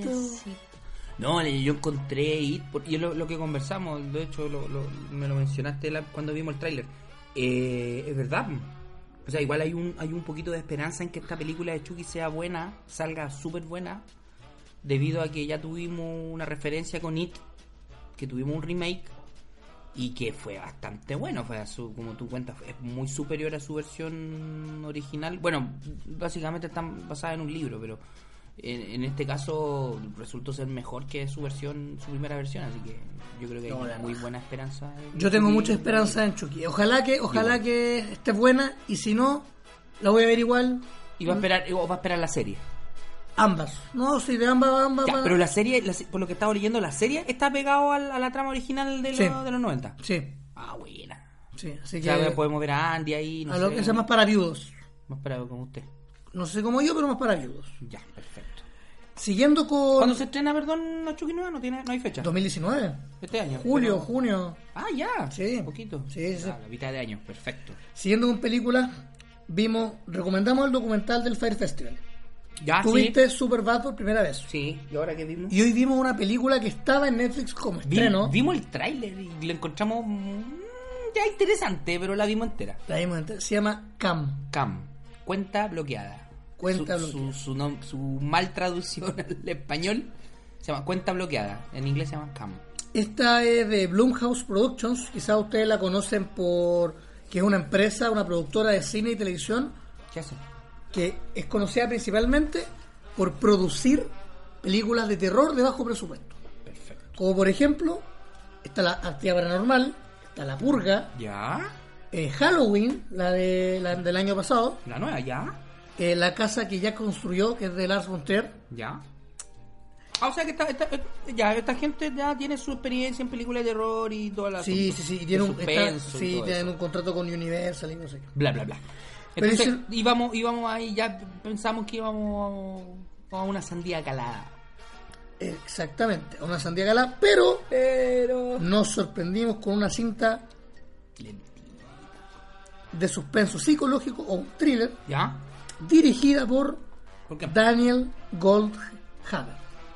No, le- yo encontré It, por- y es lo, lo que conversamos, de hecho lo, lo- me lo mencionaste la- cuando vimos el tráiler. Eh, es verdad. O sea, igual hay un hay un poquito de esperanza en que esta película de Chucky sea buena, salga súper buena, debido a que ya tuvimos una referencia con It, que tuvimos un remake, y que fue bastante bueno, fue a su, como tú cuentas, es muy superior a su versión original. Bueno, básicamente están basadas en un libro, pero en, en este caso resultó ser mejor que su versión, su primera versión, así que yo creo que hay No, la muy raja. buena esperanza. Yo tengo Chucky. mucha esperanza en Chucky. Ojalá que, ojalá Igual. que esté buena. Y si no, la voy a ver igual. Y va a esperar, o va a esperar la serie. Ambas. No, sí, de ambas, ambas. Ya, van- pero la serie, la se- por lo que estaba leyendo, la serie está pegado al- a la trama original de, Sí. los, de los noventa. Sí, Ah, buena. sí. Así O que. sea, podemos ver a Andy ahí, no a lo sé. que sea más para viudos. Más para como usted. No sé como yo, pero más para viudos. Ya, perfecto. Siguiendo con. ¿Cuándo se estrena, perdón, la Chucky nueva? No, tiene, no hay fecha. dos mil diecinueve. Este año. Julio, pero- junio. Ah, ya. Sí. Un poquito. Sí, sí. Ya, la mitad de año, perfecto. Siguiendo con películas, vimos, recomendamos el documental del Fire Festival. Ya, Tú sí. viste Superbad por primera vez. Sí, ¿y ahora qué vimos? Y hoy vimos una película que estaba en Netflix como Vi- estreno. Vimos el tráiler y lo encontramos mm, ya interesante, pero la vimos entera. La vimos entera. Se llama Cam. Cam, cuenta bloqueada. Cuenta su, bloqueada. su, su, nom- su mal traducción al español se llama cuenta bloqueada. En inglés se llama cam. Esta es de Blumhouse Productions. Quizás ustedes la conocen por que es una empresa, una productora de cine y televisión ¿Qué hace? que es conocida principalmente por producir películas de terror de bajo presupuesto. Perfecto. Como por ejemplo, está la Actividad Paranormal, está La Purga, ¿Ya? eh, Halloween, la, de, la del año pasado, ¿La nueva? ¿Ya? eh, La Casa que ya construyó, que es de Lars von Trier. ¿Ya? Ah, o sea que esta, esta, esta- ya, esta gente ya tiene su experiencia en películas de terror y toda la... Sí, sí, sí, y tiene un, está- suspenso y sí, todo tienen eso. un contrato con Universal y no sé qué. Bla, bla, bla. Pero Entonces, ese- íbamos, íbamos ahí, ya pensamos que íbamos a una sandía calada. Exactamente, a una sandía galá, pero Pero... nos sorprendimos con una cinta de suspenso psicológico o un thriller ¿Ya? dirigida por ¿Por qué? Daniel Goldhaber,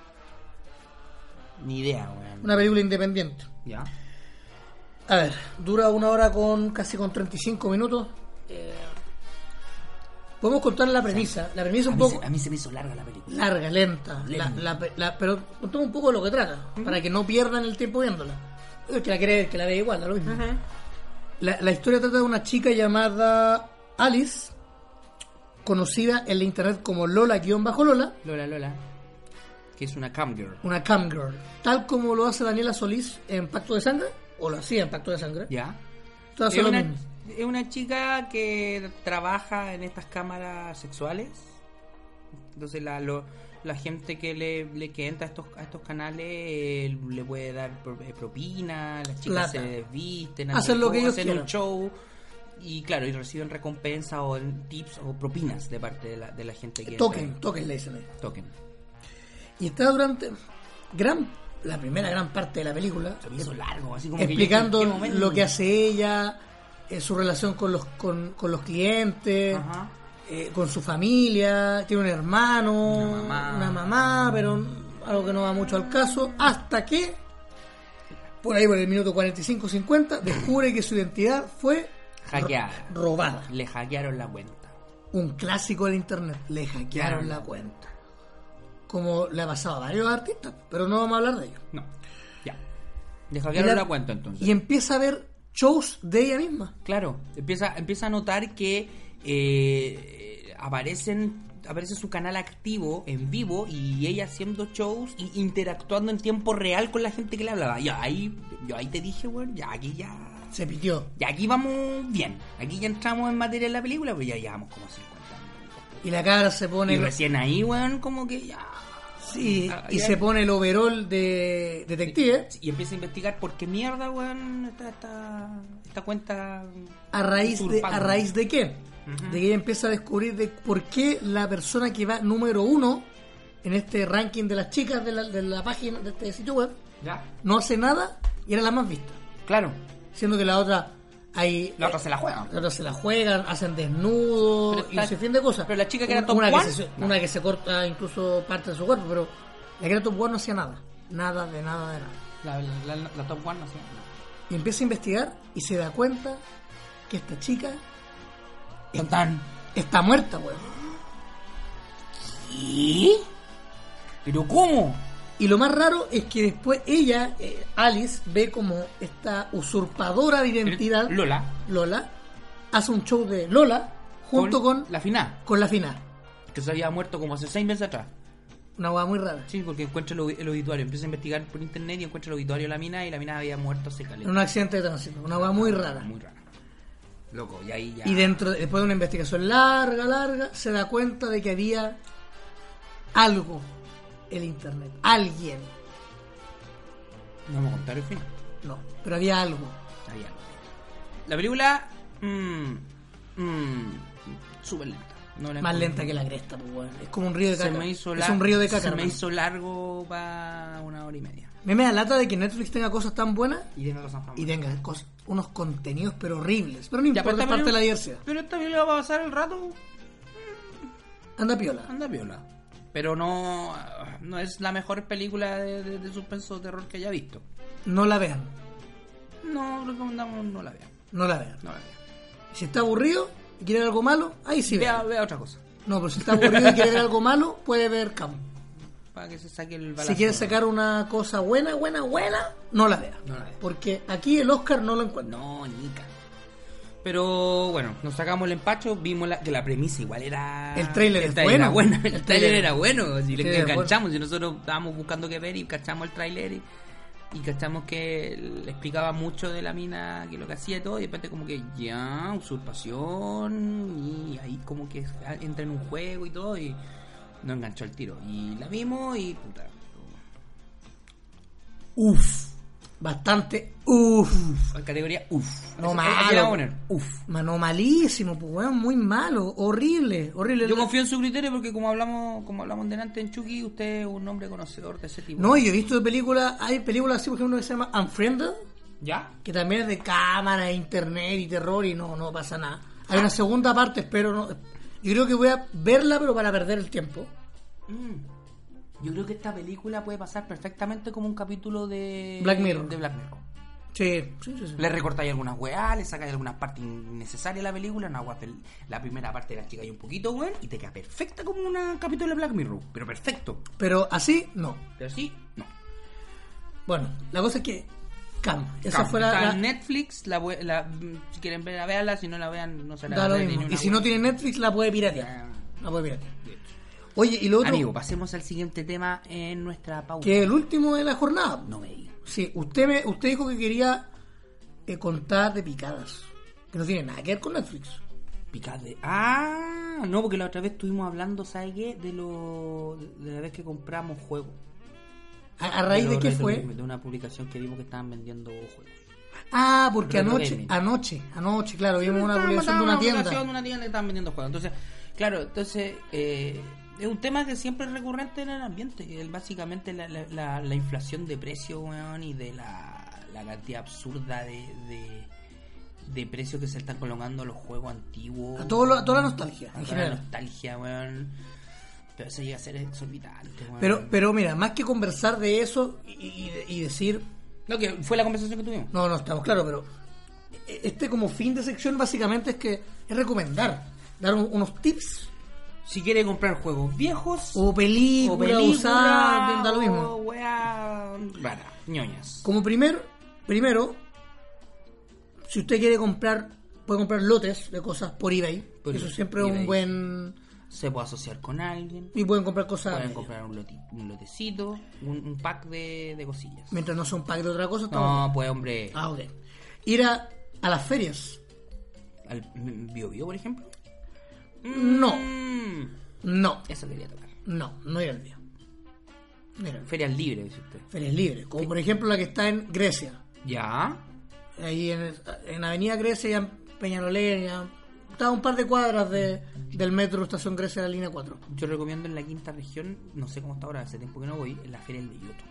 Ni idea, weón. una película independiente. ¿Ya? A ver, dura una hora con casi con treinta y cinco minutos. Eh, podemos contar la premisa. La premisa A un mí, poco se, a mí se me hizo larga la película. larga, lenta, la, Lenta. la- la- pero contamos un poco de lo que trata, para que no pierdan el tiempo viéndola. El que la quiere ver, que la vea igual, da lo mismo. La, la historia trata de una chica llamada Alice, conocida en la internet como Lola-Lola, Lola, Lola. Que es una cam girl. una cam girl, tal como lo hace Daniela Solís en Pacto de Sangre, o lo hacía en Pacto de Sangre. ¿Ya? Todas Es son lo una, mismo. es una chica que trabaja en estas cámaras sexuales. Entonces la, lo- la gente que le, le que entra a estos, a estos canales eh, le puede dar pro- eh, propina, las chicas Plata. se desvisten, Hacen lo que ellos hacen quieran. un show y claro, y reciben recompensa o en tips o propinas de parte de la, de la gente que Token, entra. token le dicen ahí. Token. Y está durante gran la primera gran parte de la película Se me hizo largo, así como que yo, explicando ¿en qué momento? lo que hace ella, eh, su relación con los con, con los clientes, Ajá. eh, con su familia, tiene un hermano, Una mamá. una mamá, pero algo que no va mucho al caso, hasta que por ahí por el minuto cuarenta y cinco cincuenta descubre que su identidad fue Hackeada. ro- robada. Le hackearon la cuenta. Un clásico del internet, le hackearon Claro. la cuenta. Como le ha pasado a varios artistas, pero no vamos a hablar de ellos. No. Ya. Le hackearon Y la, la- cuenta entonces. Y empieza a ver shows de ella misma. Claro, empieza, empieza a notar que eh, aparecen aparece su canal activo en vivo y ella haciendo shows y interactuando en tiempo real con la gente que le hablaba. Ya ahí, yo ahí te dije, weón, ya aquí ya. Se pitió. Ya aquí vamos bien. Aquí ya entramos en materia de la película, pero ya llevamos como cincuenta minutos. Y la cara se pone... Y recién ahí, weón, como que ya. Sí, Ah, y ya. se pone el overall de detective Y empieza a investigar por qué mierda, weón, esta, esta, esta cuenta. a raíz de usurpada. a raíz de qué, Ujú. de que ella empieza a descubrir de por qué la persona que va número uno en este ranking de las chicas de la, de la página de este sitio web Ya. no hace nada y era la más vista, Claro. siendo que la otra hay La otra se la juega. la otra se la juegan, hacen desnudos Pero y está- se fin de cosas. pero la chica que era Una- top una one, que se, no. una que se corta incluso parte de su cuerpo, pero la que era top one no hacía nada, nada de nada de nada. La, la, la, la top one no sé. Y empieza a investigar y se da cuenta que esta chica Tan, tan. está muerta, weón. ¿Qué? ¿Pero cómo? Y lo más raro es que después ella, eh, Alice, ve como esta usurpadora de identidad, Lola. Lola, hace un show de Lola junto con, la final, con la final. que se había muerto como hace seis meses atrás. Una hueá muy rara. Sí, porque encuentra el, ob- el obituario. Empieza a investigar por internet y encuentra el obituario de la mina y la mina había muerto hace En caleta. un accidente de tránsito. Una hueá muy rara. Muy rara. Loco, y ahí ya. Y dentro, después de una investigación larga, larga, se da cuenta de que había algo en internet. Alguien. No vamos a contar el final. No, pero había algo. Había algo. La película. Mmm. Mmm. Súper lenta. No la Más encontré. lenta que la cresta, pues, weón. Es como un río de Se caca. me hizo es lar- un río de caca. Se me hermano. hizo largo para una hora y media. Me me da lata de que Netflix tenga cosas tan buenas Y de San y tenga cos- unos contenidos pero horribles. Pero no Ya, importa, pero es esta parte de la película- diversidad. Pero esta película va a pasar el rato. Anda piola. Anda viola. Pero no, no es la mejor película de, de, de suspenso o terror que haya visto. No la vean. No recomendamos no la vean. No la vean. No la vean. Si está aburrido y quiere ver algo malo, ahí sí Vea, vean. vea otra cosa. No, pero si está aburrido y quiere ver algo malo, puede ver Cam. Para que se saque el balazo. Si quiere sacar una cosa buena, buena, buena, no la vea. No la vea. Porque aquí el Oscar no lo encuentra. No, nica. Pero bueno, nos sacamos el empacho, vimos la, que la premisa igual era... El tráiler el es tráiler era bueno. bueno. El, El tráiler tráiler- era bueno. Si le Sí, es enganchamos, si nosotros estábamos buscando qué ver y cachamos el tráiler y, y cachamos que le explicaba mucho de la mina, que lo que hacía y todo, y de repente como que ya, usurpación, y ahí como que entra en un juego y todo, y nos enganchó el tiro. Y la vimos y puta... Uf, bastante uf. Categoría uff. No, Así- malo. así la vamos a poner, uff. Mano, malísimo, pues weón, muy malo, horrible, horrible. Yo confío en su criterio porque como hablamos como hablamos delante en Chucky, usted es un hombre conocedor de ese tipo. No, yo he visto de películas, hay películas así, por ejemplo, que se llama Unfriended, ¿Ya? que también es de cámara, internet y terror y no, no pasa nada. Hay una segunda parte, espero no. Yo creo que voy a verla, pero para perder el tiempo. Mm. Yo creo que esta película puede pasar perfectamente como un capítulo de Black Mirror. De Black Mirror. Sí, sí, sí. sí. Le recortáis algunas weas, le sacáis algunas partes innecesarias de la película, una wea pel- la primera parte la chicáis un poquito, weón, y te queda perfecta como un capítulo de Black Mirror. Pero perfecto. Pero así, no. Pero sí, no. Bueno, la cosa es que Cam, esa Cam, fue la, está la- en Netflix, la, we- la- si quieren verla, véanla, si no la vean, no se la da lo ni mismo. una Y si wea. no tiene Netflix, la puede piratear. La puede piratear. Oye, y lo otro, Amigo, pasemos al siguiente tema en nuestra pausa. que el último de la jornada. No me diga. Sí, usted me, usted dijo que quería eh, contar de picadas, que no tiene nada que ver con Netflix. Picade. Ah, no, porque la otra vez estuvimos hablando, ¿sabes qué? De lo de la vez que compramos juegos. ¿A, a raíz de los qué retro fue? gaming, de una publicación que vimos que estaban vendiendo juegos. Ah, porque Retro anoche, gaming. anoche, anoche, claro, vimos una Estaban- publicación de una estaban tienda. publicación de una tienda que estaban vendiendo juegos. Entonces, claro, entonces eh, es un tema que siempre es recurrente en el ambiente, que es básicamente la, la, la, la inflación de precios, weón, y de la, la cantidad absurda de, de, de precios que se están colocando a los juegos antiguos. A, todo lo- a toda la nostalgia, A en toda la general. nostalgia, weón. Pero eso llega a ser exorbitante, weón. Pero, pero mira, más que conversar de eso y, y- y decir, No, que fue la conversación que tuvimos. no, no estamos claros, pero este como fin de sección básicamente es que es recomendar, dar un- unos tips Si quiere comprar juegos viejos o películas o películas, usadas, da lo mismo. o weá rara, ñoñas. Como primer, primero, si usted quiere comprar, puede comprar lotes de cosas por eBay. Por Eso eBay, siempre es un eBay. buen... Se puede asociar con alguien. Y pueden comprar cosas Pueden comprar un, loti- un lotecito, un, un pack de, de cosillas. mientras no son pack de otra cosa. estamos- No, pues hombre, Ah, ok. Ir a, a las ferias. al Bio Bio, por ejemplo. No. Mm, No, eso quería tocar. no, no ir al día. No ir al día. Ferias libres, dice usted. Ferias libres, como por ejemplo la que está en Grecia. Ya. Ahí en, en Avenida Grecia, ya en Peñalolén, ya está a un par de cuadras de, del metro Estación Grecia de la línea cuatro. Yo recomiendo en la quinta región, no sé cómo está ahora, hace tiempo que no voy, en la Feria del Belloto.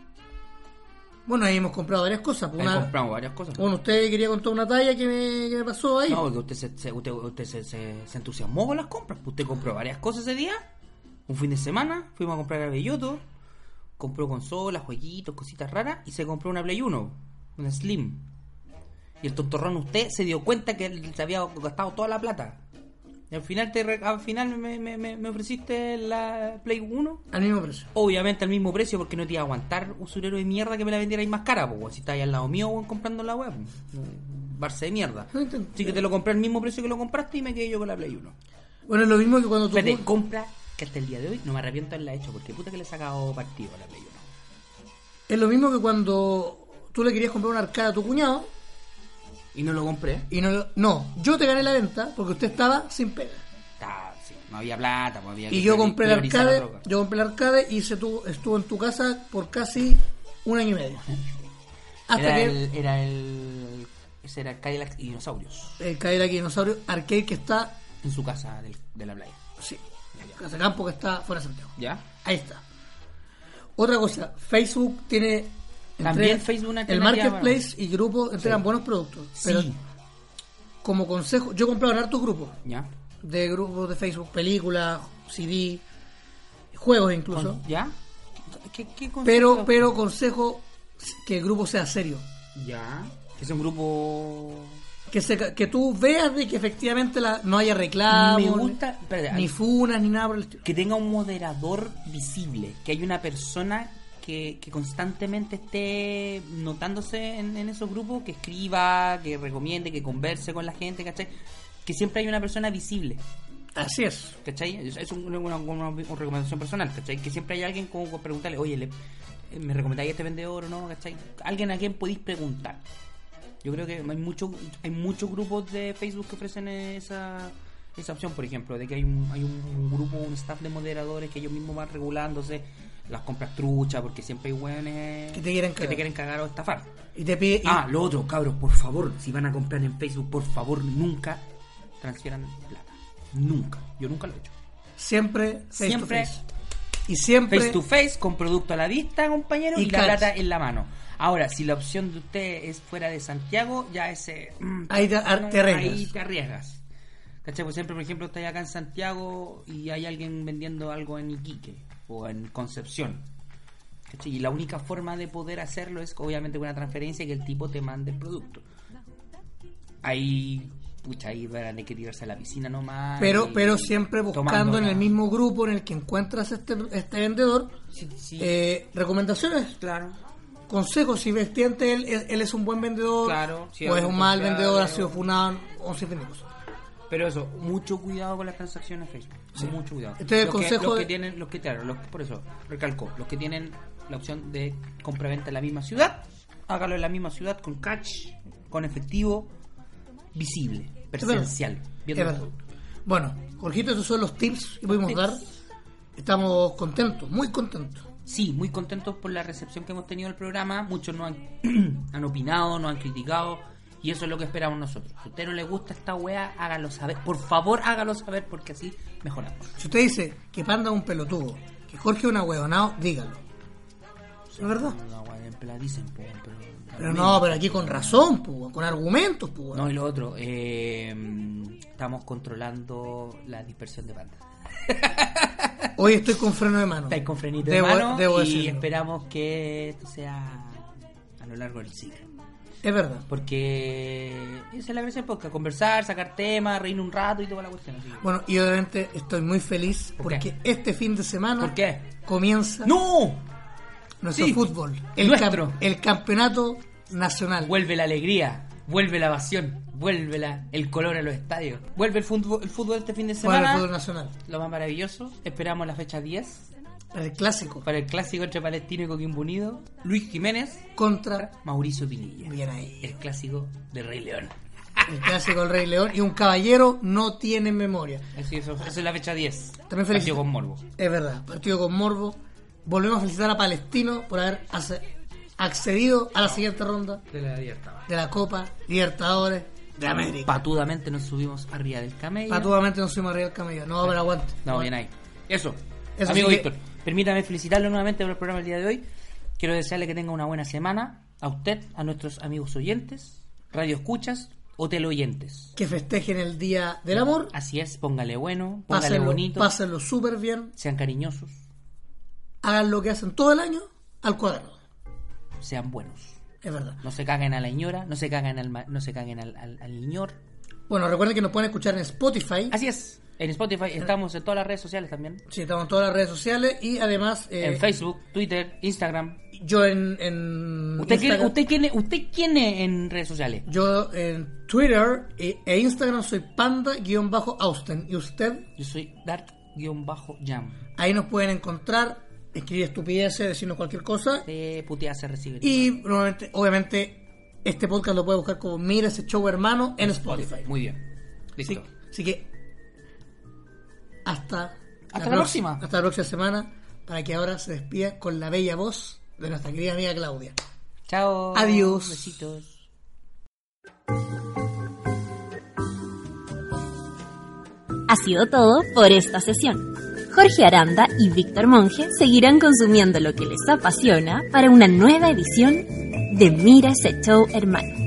Bueno, ahí hemos comprado varias cosas. Ahí Una, compramos varias cosas. bueno, usted quería contar una talla que me, que me pasó ahí. No, porque usted, se, se- usted, usted se, se- se entusiasmó con las compras. Usted compró varias cosas ese día. Un fin de semana fuimos a comprar a Belloto. Compró consolas, jueguitos, cositas raras. Y se compró una Play uno, una Slim. Y el tontorrón usted se dio cuenta que él se había gastado toda la plata. Y al final, te, re- al final me, me, me- me ofreciste la Play uno. Al mismo precio. Obviamente al mismo precio, porque no te iba a aguantar, usurero de mierda, que me la vendierais más cara, pues, si estás ahí al lado mío, weón, comprando la web. Barce de mierda. No entiendo. Así que te lo compré al mismo precio que lo compraste y me quedé yo con la Play uno. Bueno, es lo mismo que cuando tú... Fíjate, compra que hasta el día de hoy no me arrepiento de haberla hecho, porque puta que le he sacado partido a la Play uno. Es lo mismo que cuando tú le querías comprar una arcada a tu cuñado Y no lo compré. y no... lo- No, yo te gané la venta porque usted estaba sin pega. Está, sí, no había plata, pues había que Y yo priori- compré el priorizar arcade, otra cosa. yo compré el arcade y se tuvo, estuvo en tu casa por casi un año y medio. Hasta Era que el, era el... Ese era el Cadillac y Dinosaurios. el Cadillac Dinosaurio Arcade que está, En su casa del- de la playa. sí, Casa Campo que está fuera de Santiago. ¿Ya? Ahí está. Otra cosa, Facebook tiene... También entrega- Facebook una el alternativa, Marketplace y grupos entregan Sí. buenos productos. Sí. Pero como consejo, yo he comprado en hartos grupos. ¿Ya? De grupos de Facebook, películas, C D, juegos incluso. Con- ¿Ya? ¿Qué, qué consejo? Pero, pero consejo que el grupo sea serio. Ya. Que es un grupo que se, que tú veas de que efectivamente la, no haya reclamos, Me gusta, espérate, ni funas, ni nada por el estilo. que tenga un moderador visible, que haya una persona que, que constantemente esté notándose en, en esos grupos, que escriba, que recomiende, que converse con la gente, ¿cachai? Que siempre hay una persona visible, Así es. ¿cachai? Es, es una, una, una, una recomendación personal, ¿cachai? Que siempre hay alguien como para preguntarle, oye, le, ¿me recomendáis este vendedor o no? ¿Cachai? Alguien a quien podéis preguntar. Yo creo que hay muchos hay muchos grupos de Facebook que ofrecen esa esa opción, por ejemplo, de que hay un, hay un grupo, un staff de moderadores que ellos mismos van regulándose las compras truchas, porque siempre hay hueones Que te quieren que cagar. te quieren cagar o estafar. Y te pide, y- Ah, lo otro, cabros, por favor, si van a comprar en Facebook, por favor, nunca transfieran plata. Nunca. Yo nunca lo he hecho. siempre face Siempre to face. Y siempre face to face, con producto a la vista, compañero, y, Y la cash. plata en la mano. Ahora, si la opción de usted es fuera de Santiago, ya ese... mm, Ahí te- no, te arriesgas. Ahí te arriesgas. ¿Cachai? Pues siempre, por ejemplo, estás acá en Santiago y hay alguien vendiendo algo en Iquique o en Concepción. ¿Cachai? Y la única forma de poder hacerlo es, obviamente, con una transferencia y que el tipo te mande el producto. Ahí... Pucha, ahí van a que tirarse a la piscina nomás. pero y- pero siempre buscando tomando en el la- mismo grupo en el que encuentras este este vendedor Sí, sí, eh, recomendaciones, claro. consejos, si efectivamente él, él, él es un buen vendedor, Claro, si o es algo un mal confiable, vendedor, ha o- sido funado, o un sinfín de cosas. Pero eso, mucho cuidado con las transacciones en Facebook. Sí. Mucho cuidado. Este es el los que, consejo los que de- tienen, los que claro, los, por eso, recalco, los que tienen la opción de compra-venta en la misma ciudad, hágalo en la misma ciudad con cash, con efectivo, visible, presencial. Es viendo verdad. todo. Bueno, Jorgito, estos son los tips que pudimos tips. dar. Estamos contentos, muy contentos. Sí, muy contentos por la recepción que hemos tenido del programa. Muchos nos han, han opinado, nos han criticado. Y eso es lo que esperamos nosotros. Si a usted no le gusta esta wea, hágalo saber. Por favor, hágalo saber porque así mejoramos. Si usted dice que Panda es un pelotudo, que Jorge es un ahueonado, dígalo. Es verdad. La wea en plan dicen, po, pero, Pero no, pero aquí con razón, pues, con argumentos, pues. No, y lo otro, eh, estamos controlando la dispersión de banda. Hoy estoy con freno de mano. Estáis con frenito Debo- de mano debo y decirlo. esperamos que esto sea a lo largo del ciclo. Es verdad. Porque esa es la gracia del podcast, conversar, sacar temas, reír un rato y toda la cuestión. Así. Bueno, y obviamente estoy muy feliz ¿Por porque qué? este fin de semana ¿Por qué? comienza ¡No! nuestro Sí, fútbol. El, nuestro. cam- el campeonato nacional. Vuelve la alegría, vuelve la pasión, vuelve la, el color a los estadios. Vuelve el fútbol, el fútbol este fin de Bueno, semana. el fútbol nacional. Lo más maravilloso. Esperamos la fecha diez El clásico para el clásico entre Palestino y Coquimbo Unido. Luis Jiménez, contra Mauricio Pinilla. Bien ahí. El clásico de Rey León. El clásico del Rey León. Y un caballero no tiene memoria. Así eso, esa es la fecha diez. También Partido felicito. con Morbo. Es verdad. Partido con Morbo. Volvemos a felicitar a Palestino por haber ace- accedido a la siguiente ronda De la libertad. de la Copa Libertadores de América. Patudamente nos subimos arriba del camello. Patudamente nos fuimos arriba del camello. No, pero aguante. No, bien ahí. Eso. Eso Amigo sí que- Víctor, permítame felicitarlo nuevamente por el programa del día de hoy. Quiero desearle que tenga una buena semana. A usted, a nuestros amigos oyentes, radio escuchas o teleoyentes. Que festejen el Día del Amor. Así es, póngale bueno, póngale Pásenlo, bonito, pásenlo súper bien. sean cariñosos, Hagan lo que hacen todo el año al cuadrado. sean buenos. Es verdad. No se caguen a la ñora, no se caguen al, ma- no se caguen al, al, al ñor. Bueno, recuerden que nos pueden escuchar en Spotify. Así es. En Spotify estamos en todas las redes sociales también. Sí, estamos en todas las redes sociales. Y además, eh, En Facebook, Twitter, Instagram. yo en, en ¿Usted quién, Instagram- usted, quién, es- ¿Usted quién es en redes sociales? Yo en Twitter e, e Instagram soy panda-austen. ¿Y usted? Yo soy Dark-Jam. Ahí nos pueden encontrar, escribir estupideces, decirnos cualquier cosa. De putear se recibe. Y nuevamente, obviamente, este podcast lo puede buscar como Mira ese show hermano en Spotify. Muy bien. Así, Listo. así que hasta, Hasta la próxima. Hasta la próxima semana, para que ahora se despida con la bella voz de nuestra querida amiga Claudia. Chao. Adiós. Besitos. Ha sido todo por esta sesión. Jorge Aranda y Víctor Monge seguirán consumiendo lo que les apasiona para una nueva edición de Mira ese show hermano.